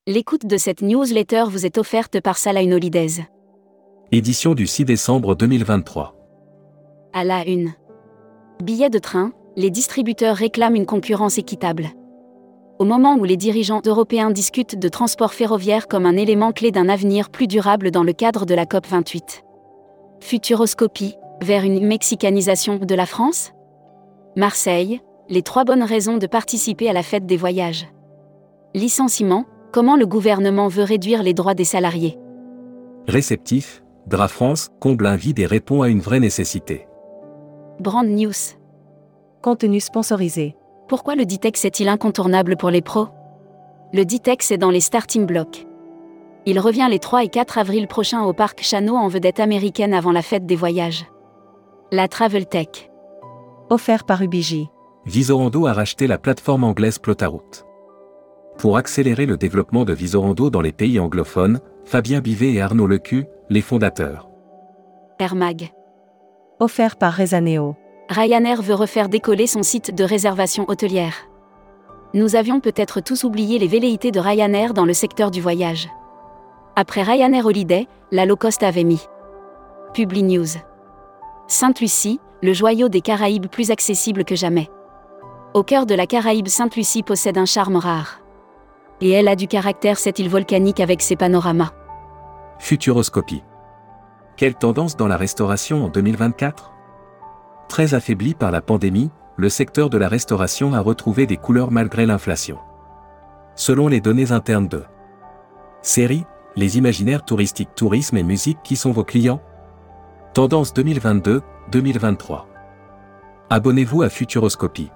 L'écoute de cette newsletter vous est offerte par Salah Holidays. Édition du 6 décembre 2023. À la une. Billets de train, les distributeurs réclament une concurrence équitable. Au moment où les dirigeants européens discutent de transport ferroviaire comme un élément clé d'un avenir plus durable dans le cadre de la COP28. Futuroscopie, vers une mexicanisation de la France ? Marseille, les 3 bonnes raisons de participer à la fête des voyages. Licenciement, comment le gouvernement veut réduire les droits des salariés. Réceptif, Dra France comble un vide et répond à une vraie nécessité. Brand News. Contenu sponsorisé. Pourquoi le Ditex est-il incontournable pour les pros ? Le Ditex est dans les starting blocks. Il revient les 3 et 4 avril prochains au parc Chano en vedette américaine avant la fête des voyages. La Travel Tech. Offert par Ubiji. Visorando a racheté la plateforme anglaise Plotaroute. Pour accélérer le développement de Visorando dans les pays anglophones, Fabien Bivet et Arnaud Lecu, les fondateurs. Air Mag. Offert par Rezaneo. Ryanair veut refaire décoller son site de réservation hôtelière. Nous avions peut-être tous oublié les velléités de Ryanair dans le secteur du voyage. Après Ryanair Holiday, la low-cost avait mis. Publi News. Sainte-Lucie, le joyau des Caraïbes plus accessible que jamais. Au cœur de la Caraïbe, Sainte-Lucie possède un charme rare. Et elle a du caractère, cette île volcanique avec ses panoramas. Futuroscopie. Quelle tendance dans la restauration en 2024 ? Très affaibli par la pandémie, le secteur de la restauration a retrouvé des couleurs malgré l'inflation. Selon les données internes de Série, les imaginaires touristiques, tourisme et musique qui sont vos clients ? Tendance 2022-2023. Abonnez-vous à Futuroscopie.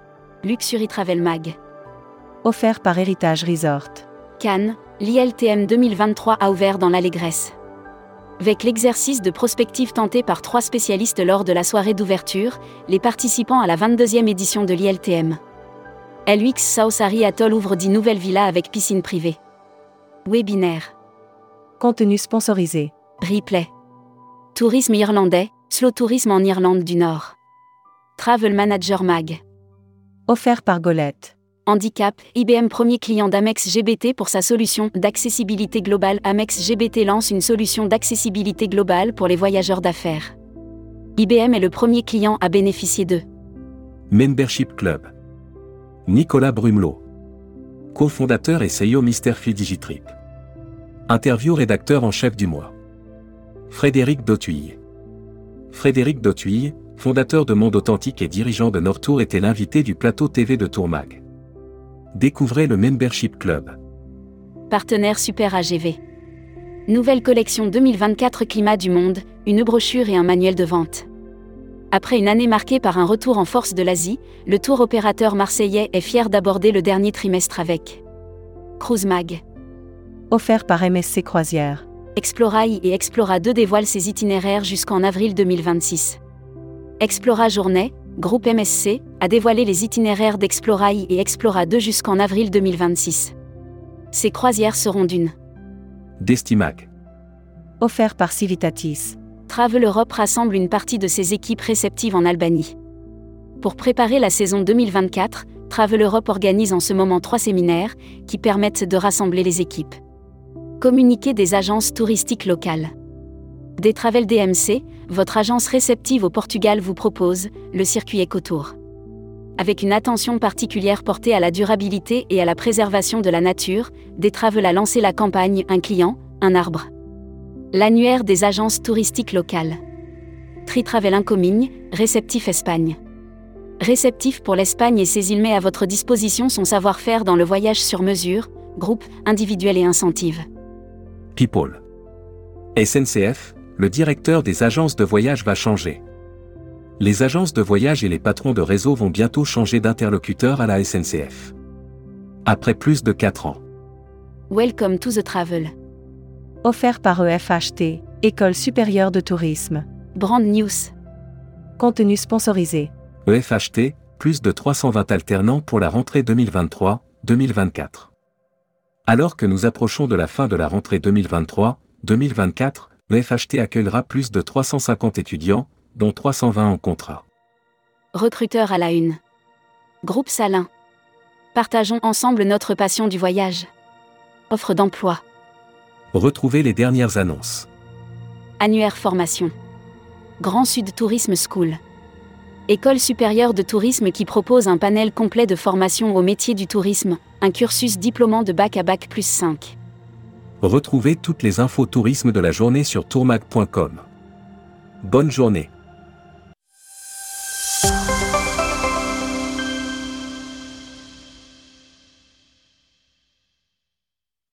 Luxury Travel Mag. Offert par Héritage Resort. Cannes, l'ILTM 2023 a ouvert dans l'allégresse. Avec l'exercice de prospective tenté par 3 spécialistes lors de la soirée d'ouverture, les participants à la 22e édition de l'ILTM. LUX Saosari Atoll ouvre 10 nouvelles villas avec piscine privée. Webinaire. Contenu sponsorisé. Replay. Tourisme irlandais, slow tourisme en Irlande du Nord. Travel Manager Mag. Offert par Golette. Handicap, IBM premier client d'Amex GBT pour sa solution d'accessibilité globale. Amex GBT lance une solution d'accessibilité globale pour les voyageurs d'affaires. IBM est le premier client à bénéficier de Membership Club. Nicolas Brumelot. Cofondateur et CEO Mr. Digitrip. Interview rédacteur en chef du mois. Frédéric Dautuille. Frédéric Dautuille, fondateur de Monde Authentique et dirigeant de Nortour, était l'invité du plateau TV de Tourmag. Découvrez le Membership Club. Partenaire Super AGV. Nouvelle collection 2024 Climat du Monde, une brochure et un manuel de vente. Après une année marquée par un retour en force de l'Asie, le tour opérateur marseillais est fier d'aborder le dernier trimestre avec Cruise Mag. Offert par MSC Croisière. Explorail et Explora 2 dévoilent ses itinéraires jusqu'en avril 2026. Explora Journée, groupe MSC, a dévoilé les itinéraires d'Explorail et Explora 2 jusqu'en avril 2026. Ces croisières seront d'une Destimag. Offert par Civitatis. Travel Europe rassemble une partie de ses équipes réceptives en Albanie. Pour préparer la saison 2024, Travel Europe organise en ce moment 3 séminaires qui permettent de rassembler les équipes. Communiqué des agences touristiques locales. Des Travel DMC, votre agence réceptive au Portugal vous propose le circuit Ecotour. Avec une attention particulière portée à la durabilité et à la préservation de la nature, Des Travel a lancé la campagne Un client, un arbre. L'annuaire des agences touristiques locales. Tritravel Incomigne, Réceptif Espagne. Réceptif pour l'Espagne et ses îles met à votre disposition son savoir-faire dans le voyage sur mesure, groupe, individuel et incentive. People. SNCF, le directeur des agences de voyage va changer. Les agences de voyage et les patrons de réseau vont bientôt changer d'interlocuteur à la SNCF. Après plus de 4 ans. Welcome to the travel. Offert par EFHT, École supérieure de tourisme. Brand News. Contenu sponsorisé. EFHT, plus de 320 alternants pour la rentrée 2023-2024. Alors que nous approchons de la fin de la rentrée 2023-2024, EFHT accueillera plus de 350 étudiants, dont 320 en contrat. Recruteur à la une. Groupe Salin. Partageons ensemble notre passion du voyage. Offre d'emploi. Retrouvez les dernières annonces. Annuaire formation. Grand Sud Tourisme School. École supérieure de tourisme qui propose un panel complet de formation au métier du tourisme, un cursus diplômant de bac à bac+5. Retrouvez toutes les infos tourisme de la journée sur tourmag.com. Bonne journée.